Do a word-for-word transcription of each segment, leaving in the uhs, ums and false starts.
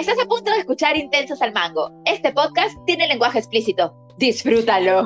Estás a punto de escuchar Intensos al Mango. Este podcast tiene lenguaje explícito. Disfrútalo.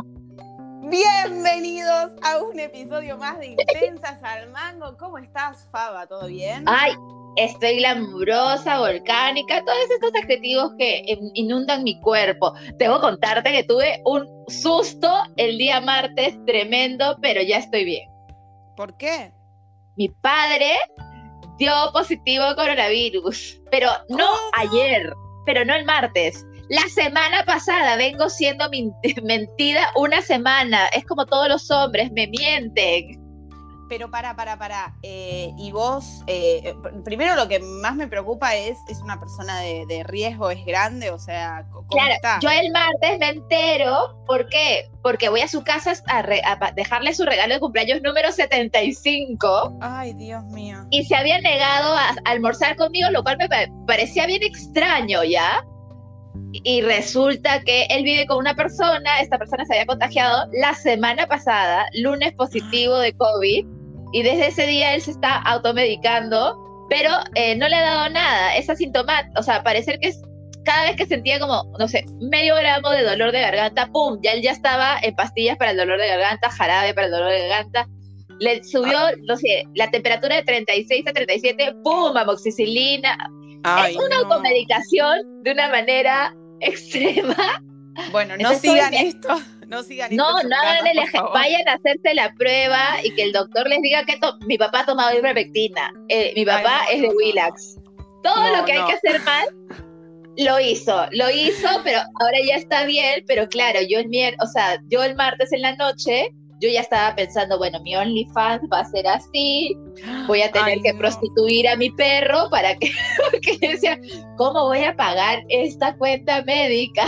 Bienvenidos a un episodio más de Intensas al Mango. ¿Cómo estás, Faba? ¿Todo bien? Ay, estoy glamurosa, volcánica, todos estos adjetivos que inundan mi cuerpo. Debo contarte que tuve un susto el día martes tremendo, pero ya estoy bien. ¿Por qué? Mi padre dio positivo a coronavirus, pero no ¿Cómo? ayer, pero no el martes. La semana pasada vengo siendo mentida una semana. Es como todos los hombres, me mienten. Pero para, para, para. Eh, y vos, eh, primero lo que más me preocupa es, ¿es una persona de, de riesgo? ¿Es grande? O sea, ¿cómo claro, está? Yo el martes me entero. ¿Por qué? Porque voy a su casa a, re, a dejarle su regalo de cumpleaños número setenta y cinco. Ay, Dios mío. Y se había negado a, a almorzar conmigo, lo cual me parecía bien extraño, ¿ya? Y resulta que él vive con una persona, esta persona se había contagiado la semana pasada, lunes positivo de COVID, y desde ese día él se está automedicando, pero eh, no le ha dado nada, es asintomático, o sea, parecer que es, cada vez que sentía como, no sé, medio gramo de dolor de garganta, ¡pum!, ya él ya estaba en pastillas para el dolor de garganta, jarabe para el dolor de garganta, le subió, no sé, la temperatura de treinta y seis a treinta y siete, ¡pum!, amoxicilina. Ay, es una no. automedicación de una manera extrema. Bueno, no Entonces, sigan oye, esto, no sigan no, esto en sus no, casas, no, por favor. vayan a hacerse la prueba y que el doctor les diga que to- mi papá ha tomado ivermectina, eh, mi papá Ay, no, es no, de no, Willax. no. Todo No, lo que hay no. que hacer mal, lo hizo, lo hizo, pero ahora ya está bien, pero claro, yo el mier- o sea, yo el martes en la noche, yo ya estaba pensando, bueno, mi OnlyFans va a ser así, voy a tener Ay, que no. prostituir a mi perro para que, porque decía, ¿cómo voy a pagar esta cuenta médica?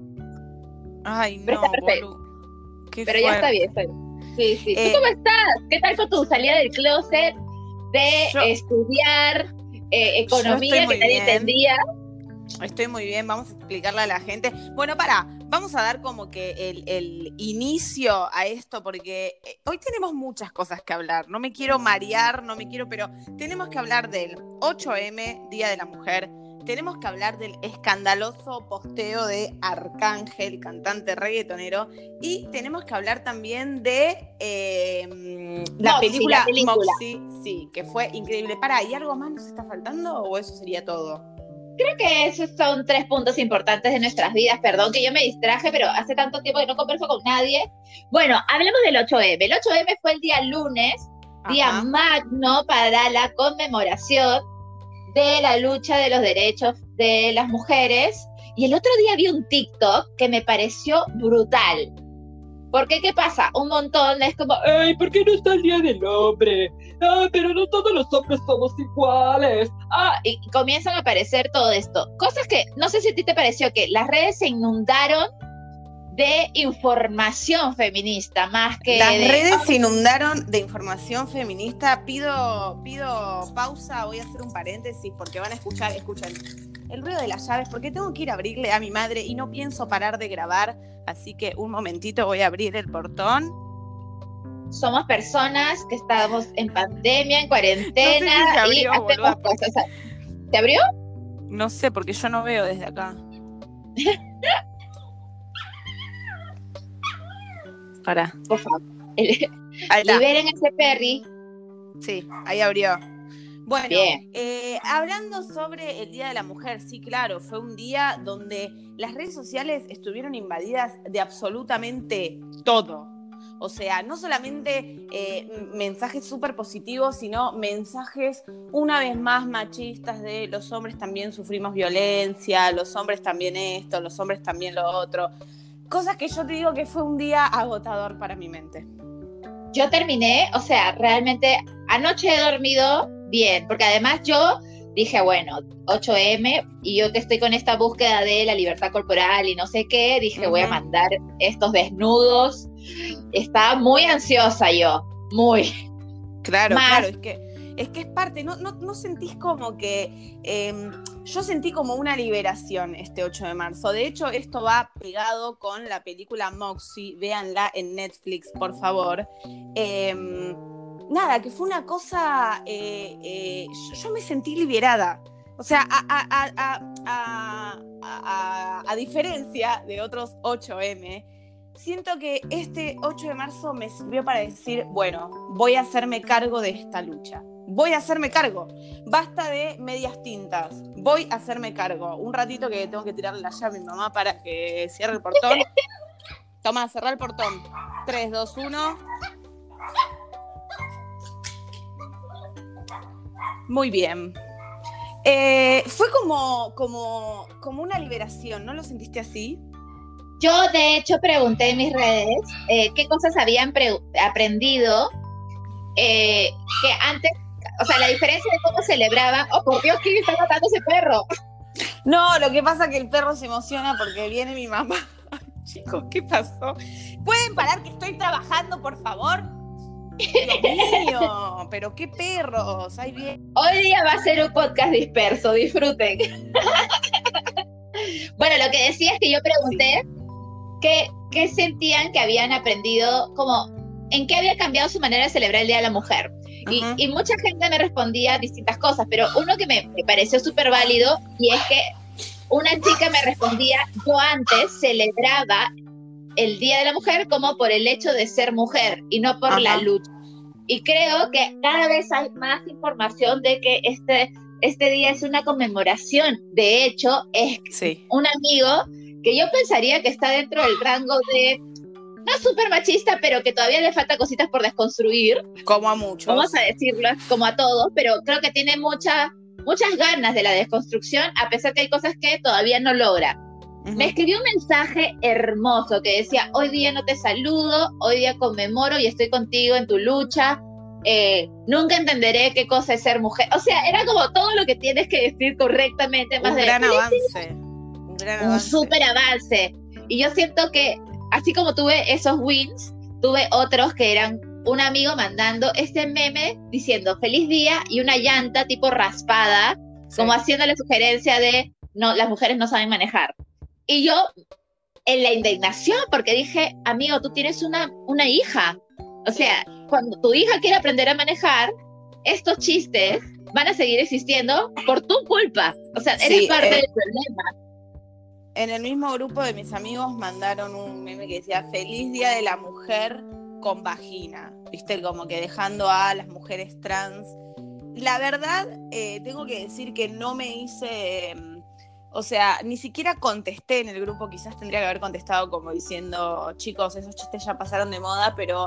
Ay, Pero no, está perfecto. boludo. Qué Pero fuerte. ya está bien, está bien. Sí, sí. Eh, ¿Tú cómo estás? ¿Qué tal con tu salida del closet de yo, estudiar eh, yo estoy economía que muy nadie bien. entendía? Estoy muy bien, vamos a explicarle a la gente. Bueno, pará, vamos a dar como que el, el inicio a esto, porque hoy tenemos muchas cosas que hablar. No me quiero marear, no me quiero, pero tenemos que hablar del ocho eme, Día de la Mujer. Tenemos que hablar del escandaloso posteo de Arcángel, cantante reggaetonero. Y tenemos que hablar también de eh, la, Moxie, película la película. Moxie, sí, que fue increíble. Pará, ¿y algo más nos está faltando o eso sería todo? Creo que esos son tres puntos importantes de nuestras vidas. Perdón que yo me distraje, pero hace tanto tiempo que no converso con nadie. Bueno, hablemos del ocho eme. El ocho eme fue el día lunes, día Ajá. magno para la conmemoración de la lucha de los derechos de las mujeres. Y el otro día vi un TikTok que me pareció brutal. Porque, ¿qué pasa? Un montón es como, ¡ay, ¿por qué no está el Día del Hombre? ¡Ah, pero no todos los hombres somos iguales! Ah, y comienzan a aparecer todo esto. Cosas que, no sé si a ti te pareció que las redes se inundaron de información feminista, más que Las de... redes se inundaron de información feminista. Pido, pido pausa, voy a hacer un paréntesis porque van a escuchar, escuchen, el ruido de las llaves, porque tengo que ir a abrirle a mi madre y no pienso parar de grabar, así que un momentito voy a abrir el portón. Somos personas que estamos en pandemia, en cuarentena, no sé si se abrió, y hacemos boluda, cosas. ¿Se abrió? No sé, porque yo no veo desde acá. Pará. Por favor. Ahí está. Liberen ese Perry. Sí, ahí abrió. Bueno, Bien. eh, hablando sobre el Día de la Mujer, sí, claro, fue un día donde las redes sociales estuvieron invadidas de absolutamente todo. O sea, no solamente eh, mensajes súper positivos, sino mensajes una vez más machistas de los hombres también sufrimos violencia, los hombres también esto, los hombres también lo otro. Cosas que yo te digo que fue un día agotador para mi mente. Yo terminé, o sea, realmente anoche he dormido bien, porque además yo dije, bueno, ocho eme, y yo que estoy con esta búsqueda de la libertad corporal y no sé qué, dije, uh-huh. voy a mandar estos desnudos. Estaba muy ansiosa yo, muy. Claro, Más, claro, es que es que es parte, no, no, no sentís como que, eh, yo sentí como una liberación este ocho de marzo, de hecho esto va pegado con la película Moxie, véanla en Netflix, por favor, eh, nada, que fue una cosa, eh, eh, yo, yo me sentí liberada, O sea, a, a, a, a, a, a, a diferencia de otros ocho eme, siento que este ocho de marzo me sirvió para decir, bueno, voy a hacerme cargo de esta lucha. Voy a hacerme cargo. Basta de medias tintas. Voy a hacerme cargo. Un ratito que tengo que tirarle la llave a mi mamá para que cierre el portón. Toma, cerrá el portón. tres, dos, uno. Muy bien. Eh, fue como, como, como una liberación, ¿no lo sentiste así? Yo, de hecho, pregunté en mis redes eh, qué cosas habían pre- aprendido eh, que antes, o sea, la diferencia de cómo celebraban. Oh, por Dios, ¿quién está matando ese perro? No, lo que pasa es que el perro se emociona porque viene mi mamá. Ay, chicos, ¿qué pasó? ¿Pueden parar que estoy trabajando, por favor? Dios mío, pero qué perros, ahí bien. Hoy día va a ser un podcast disperso, disfruten. Bueno, lo que decía es que yo pregunté sí. qué, qué sentían que habían aprendido, como en qué había cambiado su manera de celebrar el Día de la Mujer. Y, uh-huh. y mucha gente me respondía distintas cosas, pero uno que me, me pareció súper válido, y es que una chica me respondía, yo antes celebraba el Día de la Mujer como por el hecho de ser mujer y no por Ajá. la lucha. Y creo que cada vez hay más información de que este, este día es una conmemoración. De hecho, es sí. un amigo que yo pensaría que está dentro del rango de, no súper machista, pero que todavía le falta cositas por desconstruir. Como a muchos. Vamos a decirlo, como a todos, pero creo que tiene mucha, muchas ganas de la desconstrucción, a pesar que hay cosas que todavía no logra. Uh-huh. Me escribió un mensaje hermoso que decía, hoy día no te saludo, hoy día conmemoro y estoy contigo en tu lucha, eh, nunca entenderé qué cosa es ser mujer. O sea, era como todo lo que tienes que decir correctamente. Más un, de, gran avance, un gran avance. Un súper avance. Y yo siento que, así como tuve esos wins, tuve otros que eran un amigo mandando este meme diciendo feliz día y una llanta tipo raspada, sí. como haciéndole sugerencia de, no, las mujeres no saben manejar. Y yo, en la indignación, porque dije, amigo, tú tienes una, una hija. O sea, cuando tu hija quiere aprender a manejar, estos chistes van a seguir existiendo por tu culpa. O sea, eres sí, parte eh, del problema. En el mismo grupo de mis amigos mandaron un meme que decía, feliz día de la mujer con vagina. Viste, como que dejando a las mujeres trans. La verdad, eh, tengo que decir que no me hice... Eh, O sea, ni siquiera contesté en el grupo, quizás tendría que haber contestado como diciendo, chicos, esos chistes ya pasaron de moda, pero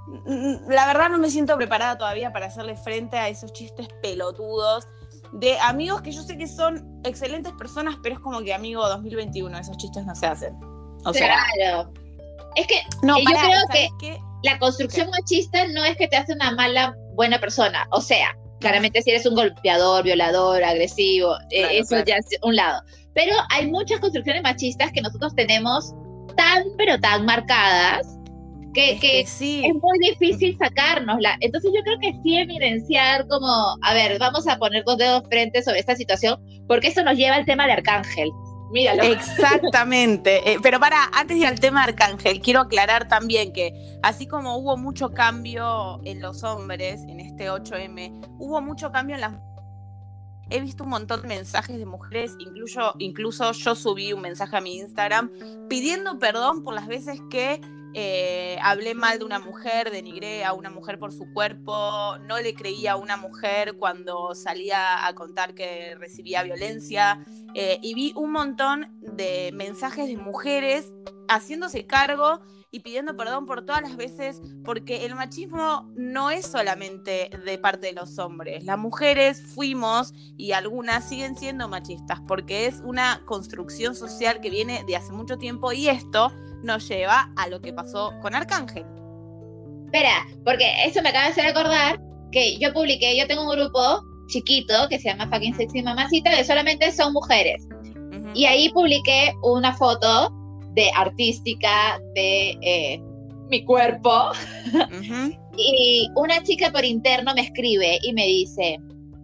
la verdad no me siento preparada todavía para hacerle frente a esos chistes pelotudos de amigos que yo sé que son excelentes personas, pero es como que amigo dos mil veintiuno, esos chistes no se hacen. O sea, claro. Es que no, yo pará, creo que qué? la construcción ¿Qué? machista no es que te hace una mala, buena persona. O sea, claramente si eres un golpeador, violador, agresivo, claro, eh, eso claro. ya es un lado. Pero hay muchas construcciones machistas que nosotros tenemos tan, pero tan marcadas que, es, que que sí. es muy difícil sacárnosla. Entonces yo creo que sí evidenciar como, a ver, vamos a poner dos dedos frente sobre esta situación, porque eso nos lleva al tema de Arcángel. Míralo. Exactamente. Eh, pero para, antes de ir al tema de Arcángel, quiero aclarar también que así como hubo mucho cambio en los hombres, en este ocho eme, hubo mucho cambio en las mujeres. He visto un montón de mensajes de mujeres, incluso, incluso yo subí un mensaje a mi Instagram pidiendo perdón por las veces que eh, hablé mal de una mujer, denigré a una mujer por su cuerpo, no le creía a una mujer cuando salía a contar que recibía violencia, eh, y vi un montón de mensajes de mujeres haciéndose cargo y pidiendo perdón por todas las veces, porque el machismo no es solamente de parte de los hombres. Las mujeres fuimos, y algunas siguen siendo machistas, porque es una construcción social que viene de hace mucho tiempo, y esto nos lleva a lo que pasó con Arcángel. Espera, porque eso me acaba de hacer acordar que yo publiqué, yo tengo un grupo chiquito que se llama Fucking Sexy Mamacita, que solamente son mujeres. Uh-huh. Y ahí publiqué una foto de artística de eh, mi cuerpo. Uh-huh. Y una chica por interno me escribe y me dice,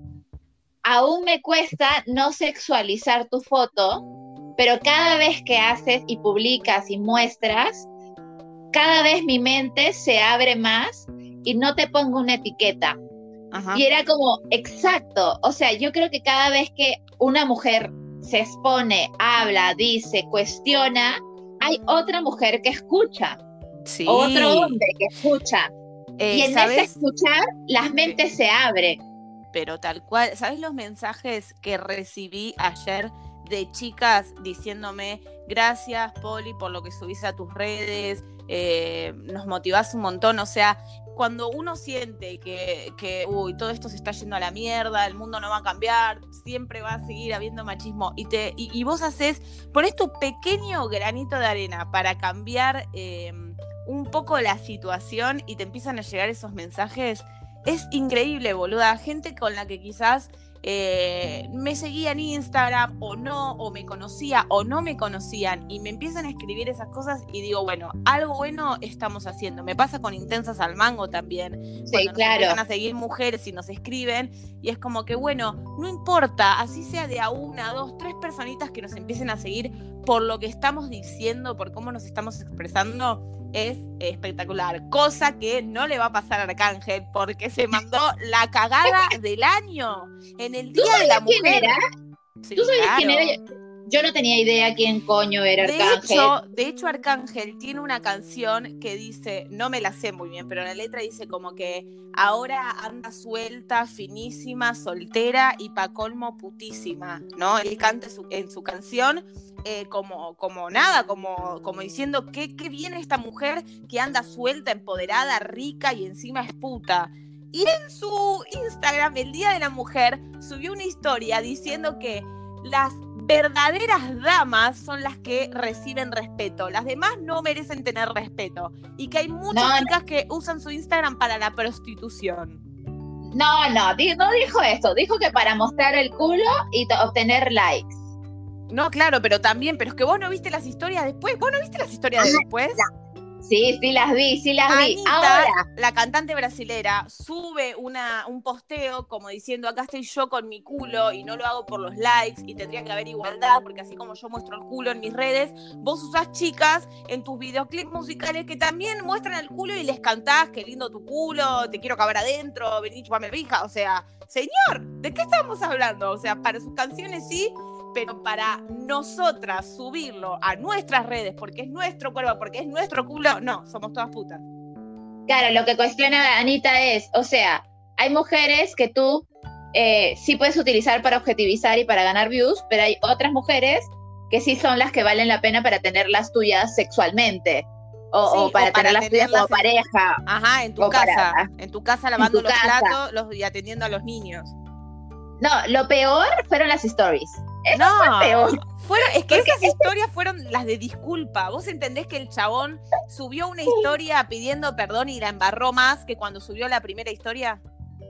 aún me cuesta no sexualizar tu foto, pero cada vez que haces y publicas y muestras, cada vez mi mente se abre más y no te pongo una etiqueta. Uh-huh. Y era como, exacto, o sea, yo creo que cada vez que una mujer se expone, habla, dice, cuestiona, hay otra mujer que escucha, Sí. otro hombre que escucha. Eh, y en ¿sabes? ese escuchar, las mentes se abren. Pero tal cual, ¿sabes los mensajes que recibí ayer de chicas diciéndome gracias, Poli, por lo que subís a tus redes, eh, nos motivás un montón? O sea, cuando uno siente que, que uy, todo esto se está yendo a la mierda, el mundo no va a cambiar, siempre va a seguir habiendo machismo, y, te, y, y vos haces, ponés tu pequeño granito de arena para cambiar eh, un poco la situación y te empiezan a llegar esos mensajes. Es increíble, boluda. Gente con la que quizás eh, me seguía en Instagram o no, o me conocía o no me conocían, y me empiezan a escribir esas cosas y digo, bueno, algo bueno estamos haciendo. Me pasa con Intensas al Mango también. Sí, cuando nos claro. empiezan a seguir mujeres y nos escriben, y es como que, bueno, no importa, así sea de a una, dos, tres personitas que nos empiecen a seguir por lo que estamos diciendo, por cómo nos estamos expresando, es espectacular. Cosa que no le va a pasar a Arcángel, porque se mandó la cagada del año en el Día de la Mujer. ¿Quién era? Sí, ¿Tú sabías claro. quién era? Yo no tenía idea quién coño era De Arcángel. hecho, de hecho, Arcángel tiene una canción que dice, no me la sé muy bien, pero la letra dice como que ahora anda suelta, finísima, soltera y pa' colmo putísima, ¿no? Él canta su, en su canción eh, como, como nada, como, como diciendo que qué viene esta mujer que anda suelta, empoderada, rica y encima es puta. Y en su Instagram, el Día de la Mujer, subió una historia diciendo que las verdaderas damas son las que reciben respeto. Las demás no merecen tener respeto. Y que hay muchas no, chicas no. que usan su Instagram para la prostitución. No, no, no dijo eso. Dijo que para mostrar el culo y obtener likes. No, claro, pero también, pero es que vos no viste las historias después. ¿Vos no viste las historias de después? No. Sí, sí las vi, sí las vi. Anitta, ahora, la cantante brasilera, sube una, un posteo como diciendo, acá estoy yo con mi culo y no lo hago por los likes y tendría que haber igualdad, porque así como yo muestro el culo en mis redes, vos usás chicas en tus videoclips musicales que también muestran el culo y les cantás, qué lindo tu culo, te quiero caber adentro, vení, chupame pija. O sea, señor, ¿de qué estamos hablando? O sea, para sus canciones sí, pero para nosotras subirlo a nuestras redes, porque es nuestro cuerpo, porque es nuestro culo, no, somos todas putas. Claro, lo que cuestiona Anita es, o sea, hay mujeres que tú eh, sí puedes utilizar para objetivizar y para ganar views, pero hay otras mujeres que sí son las que valen la pena para tenerlas tuyas sexualmente, o, sí, o para, o para tenerlas tuyas como en, pareja. Ajá, en tu casa, para, en tu casa lavando tu los casa. platos los, y atendiendo a los niños. No, lo peor fueron las stories. Eso no, fue peor. Fueron, es que Porque esas historias fueron las de disculpa. ¿Vos entendés que el chabón subió una historia pidiendo perdón y la embarró más que cuando subió la primera historia?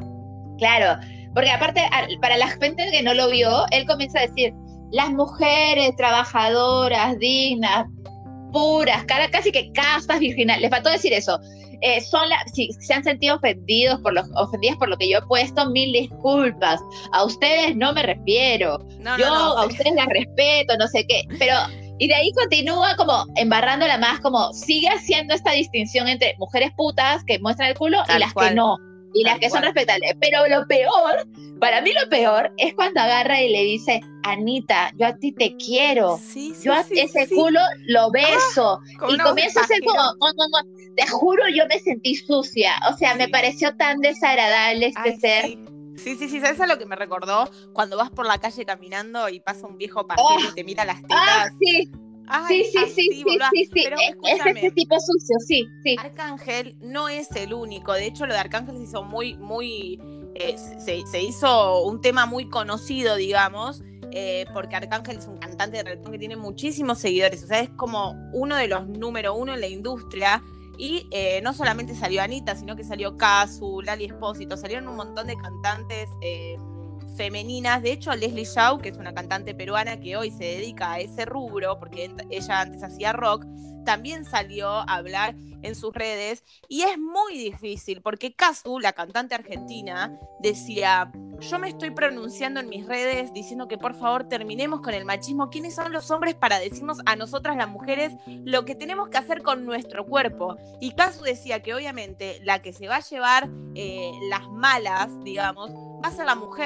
Claro, porque aparte, para la gente que no lo vio, él comienza a decir, las mujeres trabajadoras, dignas, puras, casi que castas, virginales, les faltó decir eso. Eh, son la, si se han sentido ofendidos por lo, ofendidas por lo que yo he puesto, mil disculpas. A ustedes no me refiero. No, yo no, no, a sí. ustedes las respeto, no sé qué. Pero, y de ahí continúa como embarrándola más, como sigue haciendo esta distinción entre mujeres putas que muestran el culo Tal y las cual. que no. Y Tal las que cual. son respetables. Pero lo peor, para mí lo peor, es cuando agarra y le dice, Anita, yo a ti te quiero. Sí, sí, yo a sí, ese sí. culo lo beso. Ah, y comienza a hacer como, como, como, te juro, yo me sentí sucia. O sea, sí. me pareció tan desagradable este Ay, ser. Sí. Sí, sí, sí, ¿sabes a lo que me recordó? Cuando vas por la calle caminando y pasa un viejo pajero oh. y te mira las tetas. Ah, sí. Ay, sí, sí, así, sí, sí, sí, sí, Pero, es ese tipo sucio, sí, sí. Arcángel no es el único. De hecho, lo de Arcángel se hizo muy, muy, eh, se, se hizo un tema muy conocido, digamos, eh, porque Arcángel es un cantante de reggaetón que tiene muchísimos seguidores. O sea, es como uno de los número uno en la industria. Y eh, no solamente salió Anita, sino que salió Kazu, Lali Espósito, salieron un montón de cantantes eh, femeninas. De hecho, Leslie Shaw, que es una cantante peruana que hoy se dedica a ese rubro, porque ella antes hacía rock, también salió a hablar en sus redes. Y es muy difícil, porque Kazu, la cantante argentina, decía, yo me estoy pronunciando en mis redes diciendo que por favor terminemos con el machismo. ¿Quiénes son los hombres para decirnos a nosotras las mujeres lo que tenemos que hacer con nuestro cuerpo? Y Kazu decía que obviamente la que se va a llevar eh, las malas, digamos, va a ser la mujer,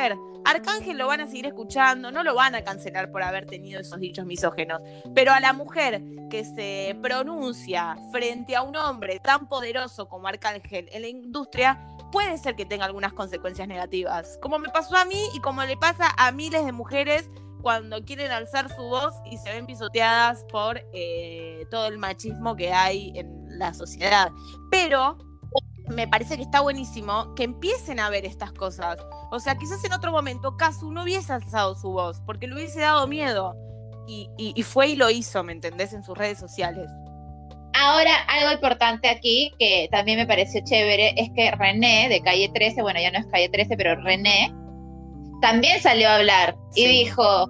Arcángel lo van a seguir escuchando, no lo van a cancelar por haber tenido esos dichos misógenos, pero a la mujer que se pronuncia frente a un hombre tan poderoso como Arcángel en la industria, puede ser que tenga algunas consecuencias negativas, como me pasó a mí y como le pasa a miles de mujeres cuando quieren alzar su voz y se ven pisoteadas por eh, todo el machismo que hay en la sociedad. Pero me parece que está buenísimo que empiecen a ver estas cosas. O sea, quizás en otro momento Casu no hubiese alzado su voz porque le hubiese dado miedo y, y, y fue y lo hizo, ¿me entendés? En sus redes sociales. Ahora, algo importante aquí que también me pareció chévere es que René de Calle trece, bueno, ya no es Calle trece, pero René también salió a hablar y sí. dijo,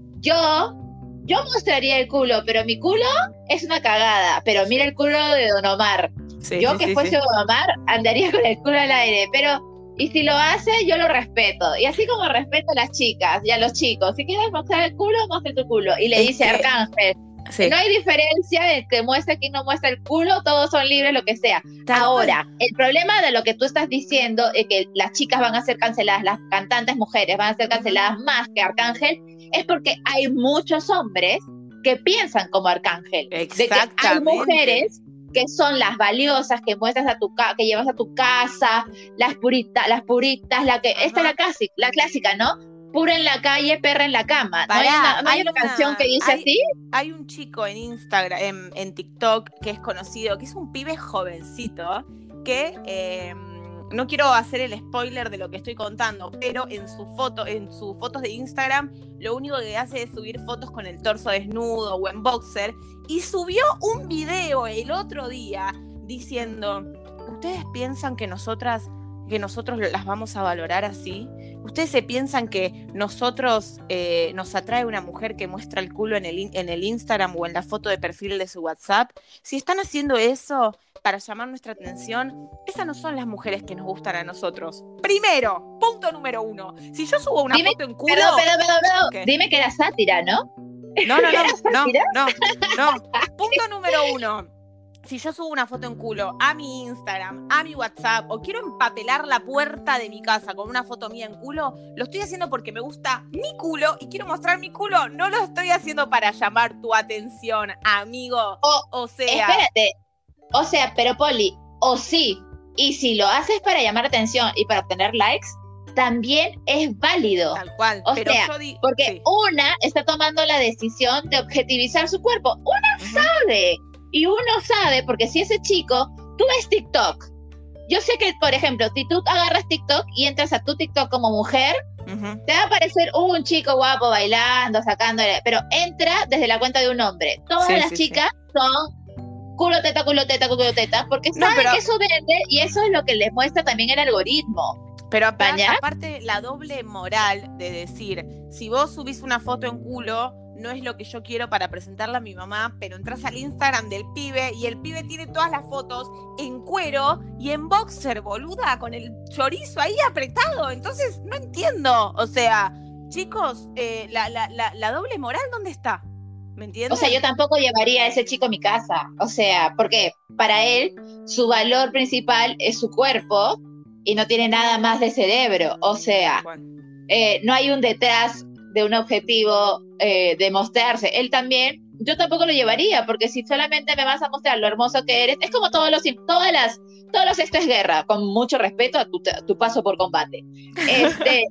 yo, yo mostraría el culo, pero mi culo es una cagada, pero mira el culo de Don Omar. Sí, yo sí, que sí, fuese sí. Don Omar andaría con el culo al aire, pero y si lo hace, yo lo respeto. Y así como respeto a las chicas y a los chicos, si quieres mostrar el culo, muestra tu culo. Y le es dice que... Arcángel, sí. no hay diferencia en que muestra quien no muestra el culo, todos son libres, lo que sea. Tal Ahora, cual. El problema de lo que tú estás diciendo es que las chicas van a ser canceladas, las cantantes mujeres van a ser canceladas uh-huh. más que Arcángel, es porque hay muchos hombres que piensan como Arcángel. De que hay mujeres que son las valiosas que muestras a tu ca- que llevas a tu casa, las puritas, las puritas, la que uh-huh. esta es la clásica, la clásica, ¿no? Pura en la calle, perra en la cama. Pará, ¿No hay una, no hay hay una, una canción que dice hay, así? Hay un chico en Instagram, en, en TikTok, que es conocido, que es un pibe jovencito, que eh, no quiero hacer el spoiler de lo que estoy contando, pero en su foto, en sus fotos de Instagram, lo único que hace es subir fotos con el torso desnudo o en boxer, y subió un video el otro día diciendo, ¿ustedes piensan que nosotras, que nosotros las vamos a valorar así? ¿Ustedes se piensan que nosotros eh, nos atrae una mujer que muestra el culo en el, en el Instagram o en la foto de perfil de su WhatsApp? Si están haciendo eso para llamar nuestra atención, esas no son las mujeres que nos gustan a nosotros. Primero, punto número uno. Si yo subo una dime, foto en culo... Perdón, perdón, perdón, perdón. Dime que era sátira, ¿no? No, no, no, no, no, no. Punto número uno. Si yo subo una foto en culo a mi Instagram, a mi WhatsApp, o quiero empapelar la puerta de mi casa con una foto mía en culo, lo estoy haciendo porque me gusta mi culo y quiero mostrar mi culo. No lo estoy haciendo para llamar tu atención, amigo. O, o sea... Espérate. O sea, pero Poli, o sí, y si lo haces para llamar atención y para obtener likes, también es válido. Tal cual. O pero sea, yo di- porque sí. una está tomando la decisión de objetivizar su cuerpo. Una uh-huh. sabe. Y uno sabe, porque si ese chico, tú ves TikTok. Yo sé que, por ejemplo, si tú agarras TikTok y entras a tu TikTok como mujer, uh-huh. te va a aparecer un chico guapo bailando, sacándole, pero entra desde la cuenta de un hombre. Todas sí, las sí, chicas sí. son culo teta, culo teta, culo teta, porque no, saben pero... que eso vende y eso es lo que les muestra también el algoritmo. Pero aparte, aparte la doble moral de decir, si vos subís una foto en culo, no es lo que yo quiero para presentarla a mi mamá, pero entras al Instagram del pibe y el pibe tiene todas las fotos en cuero y en boxer, boluda, con el chorizo ahí apretado. Entonces, no entiendo. O sea, chicos, eh, la, la, la, la doble moral, ¿dónde está? ¿Me entiendes? O sea, yo tampoco llevaría a ese chico a mi casa. O sea, porque para él, su valor principal es su cuerpo y no tiene nada más de cerebro. O sea, eh, no hay un detrás de un objetivo eh, de mostrarse. Él también, yo tampoco lo llevaría, porque si solamente me vas a mostrar lo hermoso que eres, es como todos los, todas las, todos los esto es guerra, con mucho respeto a tu, a tu paso por combate. Este,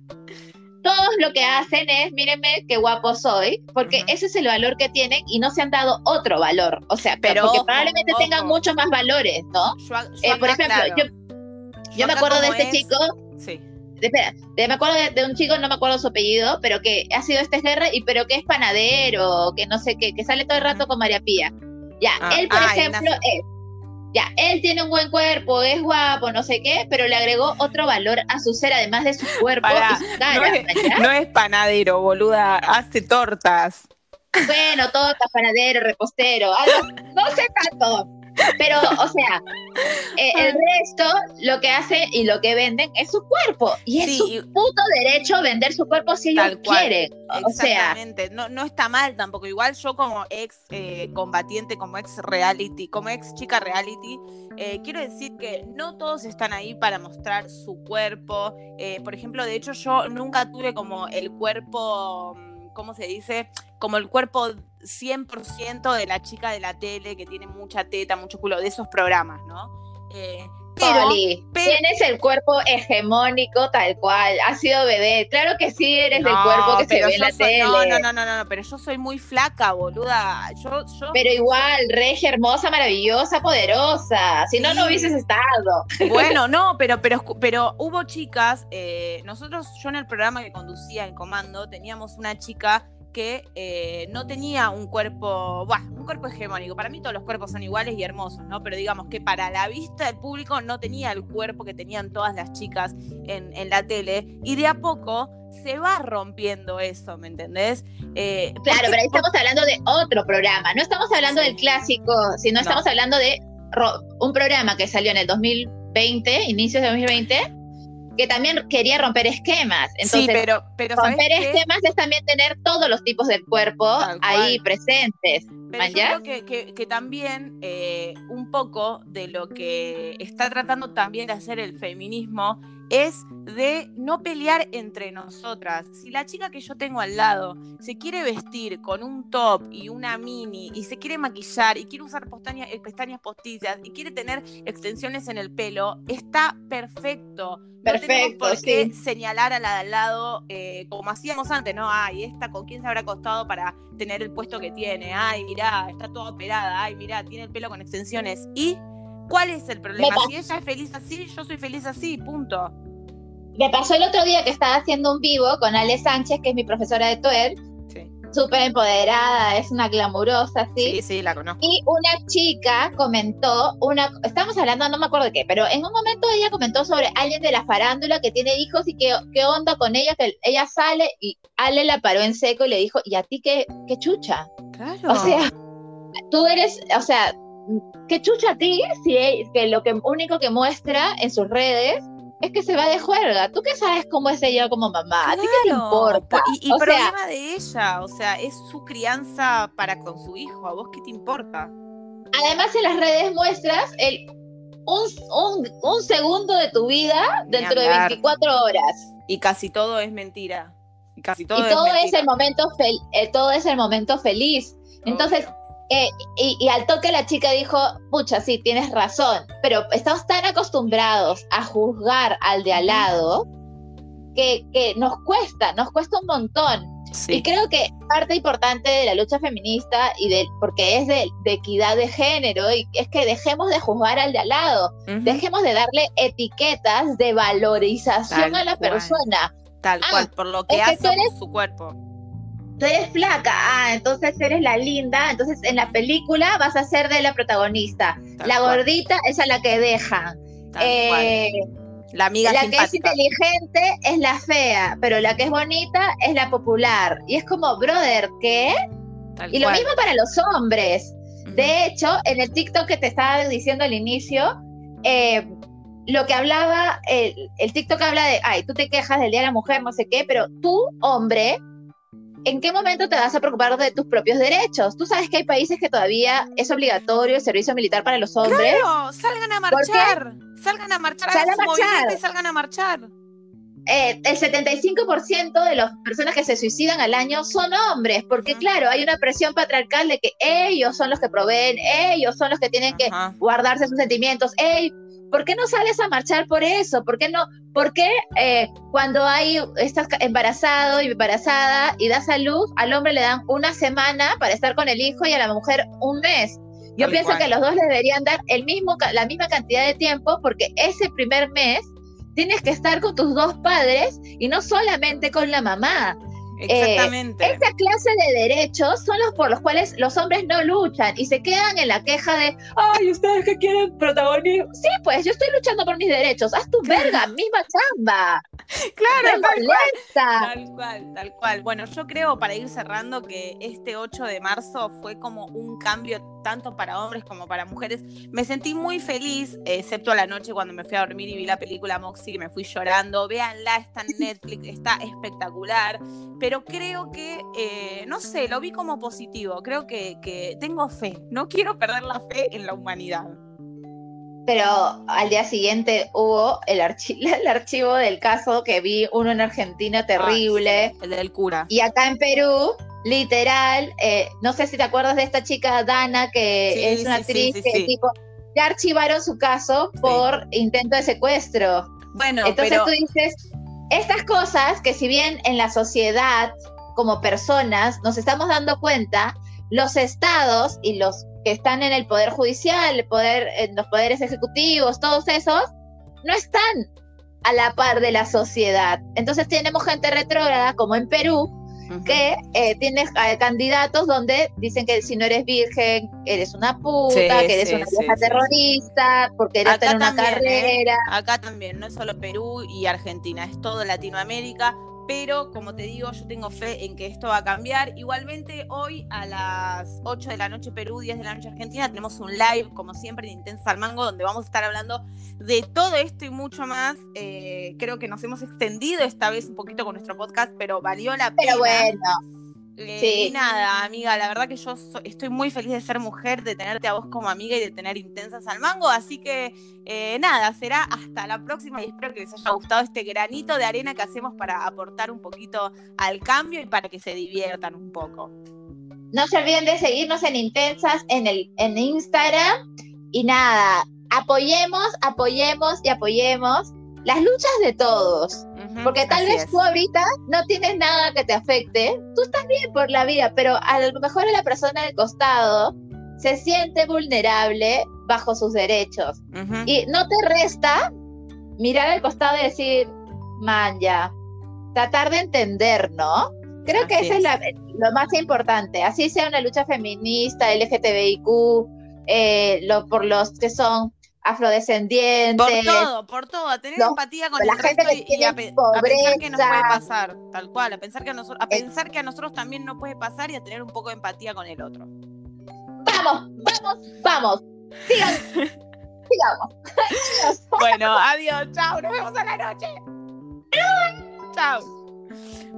todos lo que hacen es, mírenme qué guapo soy, porque uh-huh. ese es el valor que tienen y no se han dado otro valor. O sea, pero porque ojo, probablemente ojo. tengan muchos más valores, ¿no? Yo, yo eh, por ejemplo, claro. yo, yo, yo me acuerdo de este es... chico... Sí. Espera, de, me acuerdo de, de un chico, no me acuerdo su apellido, pero que ha sido este guerra y pero que es panadero, que no sé qué, que sale todo el rato con María Pía. Ya, ah, él, por ah, ejemplo, es, ya, él tiene un buen cuerpo, es guapo, no sé qué, pero le agregó otro valor a su ser, además de su cuerpo Pará, y su cara. No es, no es panadero, boluda, hace tortas. Bueno, tortas, panadero, repostero, algo, no sé tanto. Pero, o sea, eh, el resto lo que hacen y lo que venden es su cuerpo. Y es Sí, su y- puto derecho vender su cuerpo si ellos Tal cual. quieren. O sea, Exactamente, no, no está mal tampoco. Igual yo como ex eh, combatiente, como ex reality, como ex chica reality, eh, quiero decir que no todos están ahí para mostrar su cuerpo. Eh, por ejemplo, de hecho yo nunca tuve como el cuerpo, mm, ¿cómo se dice? Como el cuerpo cien por ciento de la chica de la tele que tiene mucha teta, mucho culo, de esos programas, ¿no? Eh, pero, Poli, pero- tienes el cuerpo hegemónico tal cual. Has sido bebé. Claro que sí eres del No, cuerpo que se pero ve en yo la soy, tele. no, no, no, no, no, no, pero yo soy muy flaca, boluda. Yo, yo, Pero igual, regia, hermosa, maravillosa, poderosa. Si no, no sí. hubieses estado. Bueno, no, pero, pero, pero hubo chicas, eh, nosotros, yo en el programa que conducía en Comando, teníamos una chica que eh, no tenía un cuerpo, buah, un cuerpo hegemónico. Para mí todos los cuerpos son iguales y hermosos, ¿no? Pero digamos que para la vista del público no tenía el cuerpo que tenían todas las chicas en, en la tele. Y de a poco se va rompiendo eso, ¿me entendés? Eh, Claro, porque- pero ahí estamos hablando de otro programa. No estamos hablando Sí. del clásico, sino No. estamos hablando de ro- un programa que salió en el dos mil veinte, inicios de dos mil veinte, que también quería romper esquemas. Entonces, sí, pero, pero ¿sabés romper qué? esquemas es también tener todos los tipos del cuerpo Tal ahí cual. presentes. Pero ¿Man yo ya? creo que, que, que también eh, un poco de lo que está tratando también de hacer el feminismo es de no pelear entre nosotras. Si la chica que yo tengo al lado se quiere vestir con un top y una mini y se quiere maquillar y quiere usar pestañas, eh, pestañas postizas y quiere tener extensiones en el pelo, está perfecto. No tenemos Perfecto, por qué sí. señalar a la de al lado eh, como hacíamos antes, ¿no? Ay, esta con quién se habrá costado para tener el puesto que tiene. Ay, mirá, está toda operada. Ay, mirá, tiene el pelo con extensiones. ¿Y cuál es el problema? Me Si ella es feliz así, yo soy feliz así, punto. Me pasó el otro día que estaba haciendo un vivo con Ale Sánchez, que es mi profesora de twerk, Sí, súper empoderada, es una glamurosa, ¿sí? sí, sí, la conozco. Y una chica comentó, una, estamos hablando, no me acuerdo de qué, pero en un momento ella comentó sobre alguien de la farándula que tiene hijos y qué, qué onda con ella, que ella sale y Ale la paró en seco y le dijo, ¿y a ti qué, qué chucha? Claro. O sea, tú eres, o sea, ¿qué chucha a ti si es, que lo que único que muestra en sus redes es que se va de juerga? ¿Tú qué sabes cómo es ella como mamá? ¿A ti qué te importa? Y, y O sea, problema de ella, o sea, es su crianza para con su hijo. ¿A vos qué te importa? además en las redes muestras el, un, un, un segundo de tu vida Ni dentro de hablar. veinticuatro horas. Y casi todo es mentira. Y casi todo Y es todo es, mentira. el momento fel, eh, todo es el momento feliz. Entonces, Obvio. eh, y, y al toque la chica dijo, pucha, sí, tienes razón, pero estamos tan acostumbrados a juzgar al de al lado que, que nos cuesta, nos cuesta un montón. Sí. Y creo que parte importante de la lucha feminista, y de, porque es de, de equidad de género, y es que dejemos de juzgar al de al lado, Ujú. dejemos de darle etiquetas de valorización Tal a la cual. persona. Tal Ah, cual, por lo que es que hace tú eres- por su cuerpo. Tú eres flaca, ah, entonces eres la linda, entonces en la película vas a ser de la protagonista. Tal la cual. gordita es a la que dejan. Tal Eh, cual. La amiga la que es simpática. inteligente es la fea, pero la que es bonita es la popular. Y es como, brother, ¿qué? Tal Y lo cual. mismo para los hombres. Ujú. De hecho, en el TikTok que te estaba diciendo al inicio, eh, lo que hablaba, el, el TikTok habla de, ay, tú te quejas del Día de la Mujer, no sé qué, pero tú, hombre, ¿en qué momento te vas a preocupar de tus propios derechos? Tú sabes que hay países que todavía es obligatorio el servicio militar para los hombres. Claro, salgan a ¿Por qué? marchar. Salgan a marchar, hagan Sal a su marchar. movimiento y salgan a marchar. Eh, el setenta y cinco por ciento de las personas que se suicidan al año son hombres, porque Ujú. claro, hay una presión patriarcal de que ellos son los que proveen, ellos son los que tienen que Ajá. guardarse sus sentimientos. Ey, ¿por qué no sales a marchar por eso? ¿Por qué no? ¿Por qué eh, cuando hay estás embarazado y embarazada y das a luz, al hombre le dan una semana para estar con el hijo y a la mujer un mes? Yo Tal pienso cual. que a los dos les deberían dar el mismo, ca- la misma cantidad de tiempo, porque ese primer mes tienes que estar con tus dos padres y no solamente con la mamá. Exactamente. Esta clase de derechos son los por los cuales los hombres no luchan y se quedan en la queja de, ay, ¿ustedes qué quieren protagonismo? Sí, pues yo estoy luchando por mis derechos, haz tu verga, misma chamba. Claro, ¡Me tal cual. molesta! Tal cual, tal cual. Bueno, yo creo, para ir cerrando, que este ocho de marzo fue como un cambio tanto para hombres como para mujeres. Me sentí muy feliz, excepto a la noche cuando me fui a dormir y vi la película Moxie, que me fui llorando. Véanla, está en Netflix, está espectacular. Pero creo que, eh, no sé, lo vi como positivo. Creo que, que tengo fe. No quiero perder la fe en la humanidad. Pero al día siguiente hubo el, archi el archivo del caso que vi, uno en Argentina terrible. Ay, sí, el del cura. Y acá en Perú, literal, eh, no sé si te acuerdas de esta chica Dana, que Sí, es una sí, actriz sí, sí, que sí. tipo, ya archivaron su caso por sí. intento de secuestro. Bueno, entonces pero... tú dices, estas cosas que si bien en la sociedad, como personas, nos estamos dando cuenta, los estados y los que están en el poder judicial, el poder, en los poderes ejecutivos, todos esos, no están a la par de la sociedad. Entonces tenemos gente retrógrada, como en Perú, uh-huh. que eh, tienes eh, candidatos donde dicen que si no eres virgen, eres una puta, sí, que eres sí, una vieja sí, terrorista, sí, porque eres tener una también, carrera. ¿eh? Acá también, no es solo Perú y Argentina, es todo Latinoamérica. Pero, como te digo, yo tengo fe en que esto va a cambiar. Igualmente, hoy a las ocho de la noche Perú, diez de la noche Argentina, tenemos un live, como siempre, de Intensa al Mango, donde vamos a estar hablando de todo esto y mucho más. Eh, creo que nos hemos extendido esta vez un poquito con nuestro podcast, pero valió la pena. Pero bueno. Eh, sí. Y nada, amiga, la verdad que yo so- estoy muy feliz de ser mujer, de tenerte a vos como amiga y de tener Intensas al Mango, así que eh, nada, será hasta la próxima y espero que les haya gustado este granito de arena que hacemos para aportar un poquito al cambio y para que se diviertan un poco. No se olviden de seguirnos en Intensas en, el, en Instagram y nada, apoyemos, apoyemos y apoyemos las luchas de todos. Porque tal Así vez es. tú ahorita no tienes nada que te afecte, tú estás bien por la vida, pero a lo mejor la persona del costado se siente vulnerable bajo sus derechos. Uh-huh. Y no te resta mirar al costado y decir, man, ya, tratar de entender, ¿no? Creo Así que eso es, es la, lo más importante, así sea una lucha feminista, L G T B I Q, eh, lo, por los que son afrodescendientes. Por todo, por todo, a tener no, empatía con la el gente resto que y, y a, a pensar que nos puede pasar, tal cual, a pensar que a, nosotros, a pensar que a nosotros también nos puede pasar y a tener un poco de empatía con el otro. Vamos, vamos, vamos. Sigamos. Sigamos. Bueno, adiós, chao, nos vemos a la noche. Chao.